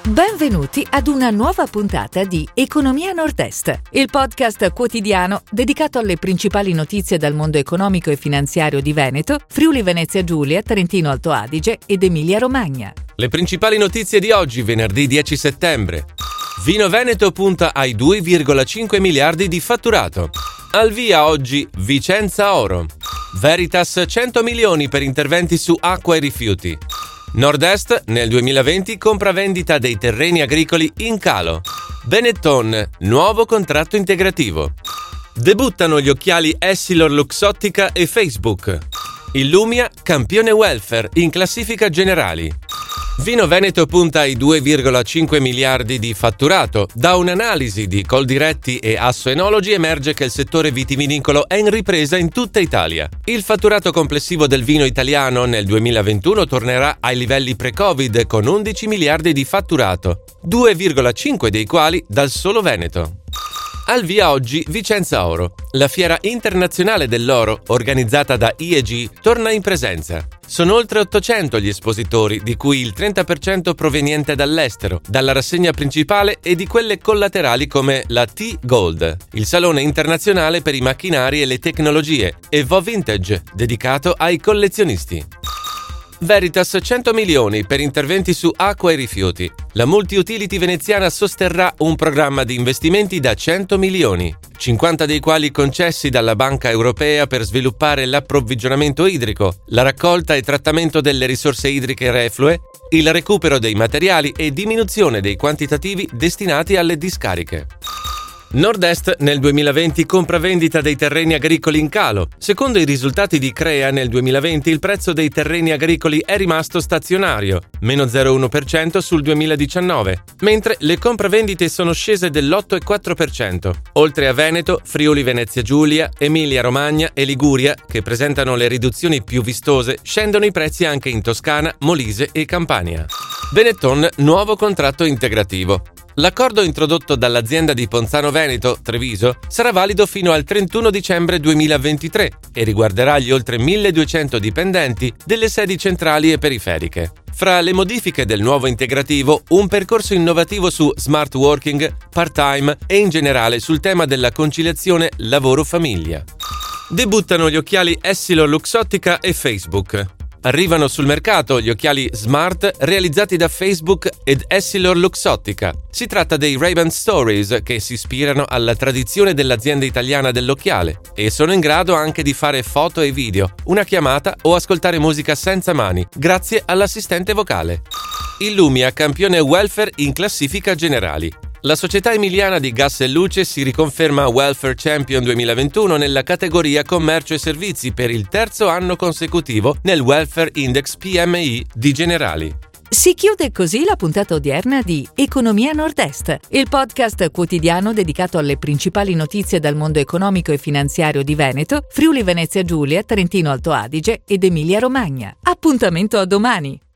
Benvenuti ad una nuova puntata di Economia Nord-Est, il podcast quotidiano dedicato alle principali notizie dal mondo economico e finanziario di Veneto, Friuli Venezia Giulia, Trentino Alto Adige ed Emilia Romagna. Le principali notizie di oggi, venerdì 10 settembre. Vino Veneto punta ai 2,5 miliardi di fatturato. Al via oggi Vicenza Oro. Veritas 100 milioni per interventi su acqua e rifiuti. Nord-Est nel 2020 compravendita dei terreni agricoli in calo. Benetton, nuovo contratto integrativo. Debuttano gli occhiali EssilorLuxottica e Facebook. Illumia, campione welfare in classifica generali. Vino Veneto punta ai 2,5 miliardi di fatturato. Da un'analisi di Coldiretti e Asso Enologi emerge che il settore vitivinicolo è in ripresa in tutta Italia. Il fatturato complessivo del vino italiano nel 2021 tornerà ai livelli pre-Covid con 11 miliardi di fatturato, 2,5 dei quali dal solo Veneto. Al via oggi Vicenza Oro. La fiera internazionale dell'oro, organizzata da IEG, torna in presenza. Sono oltre 800 gli espositori, di cui il 30% proveniente dall'estero, dalla rassegna principale e di quelle collaterali come la T-Gold, il salone internazionale per i macchinari e le tecnologie, e Vo Vintage, dedicato ai collezionisti. Veritas 100 milioni per interventi su acqua e rifiuti. La multi-utility veneziana sosterrà un programma di investimenti da 100 milioni, 50 dei quali concessi dalla Banca Europea per sviluppare l'approvvigionamento idrico, la raccolta e trattamento delle risorse idriche reflue, il recupero dei materiali e diminuzione dei quantitativi destinati alle discariche. Nord-Est nel 2020 compravendita dei terreni agricoli in calo. Secondo i risultati di Crea nel 2020 il prezzo dei terreni agricoli è rimasto stazionario, meno 0,1% sul 2019, mentre le compravendite sono scese dell'8,4%. Oltre a Veneto, Friuli Venezia Giulia, Emilia Romagna e Liguria, che presentano le riduzioni più vistose, scendono i prezzi anche in Toscana, Molise e Campania. Benetton, nuovo contratto integrativo. L'accordo introdotto dall'azienda di Ponzano Veneto, Treviso, sarà valido fino al 31 dicembre 2023 e riguarderà gli oltre 1.200 dipendenti delle sedi centrali e periferiche. Fra le modifiche del nuovo integrativo, un percorso innovativo su smart working, part-time e in generale sul tema della conciliazione lavoro-famiglia. Debuttano gli occhiali EssilorLuxottica e Facebook. Arrivano sul mercato gli occhiali smart realizzati da Facebook ed EssilorLuxottica. Si tratta dei Ray-Ban Stories che si ispirano alla tradizione dell'azienda italiana dell'occhiale e sono in grado anche di fare foto e video, una chiamata o ascoltare musica senza mani, grazie all'assistente vocale. Illumia, campione welfare in classifica generali. La società emiliana di gas e luce si riconferma Welfare Champion 2021 nella categoria commercio e servizi per il terzo anno consecutivo nel Welfare Index PMI di Generali. Si chiude così la puntata odierna di Economia Nord-Est, il podcast quotidiano dedicato alle principali notizie dal mondo economico e finanziario di Veneto, Friuli Venezia Giulia, Trentino Alto Adige ed Emilia Romagna. Appuntamento a domani!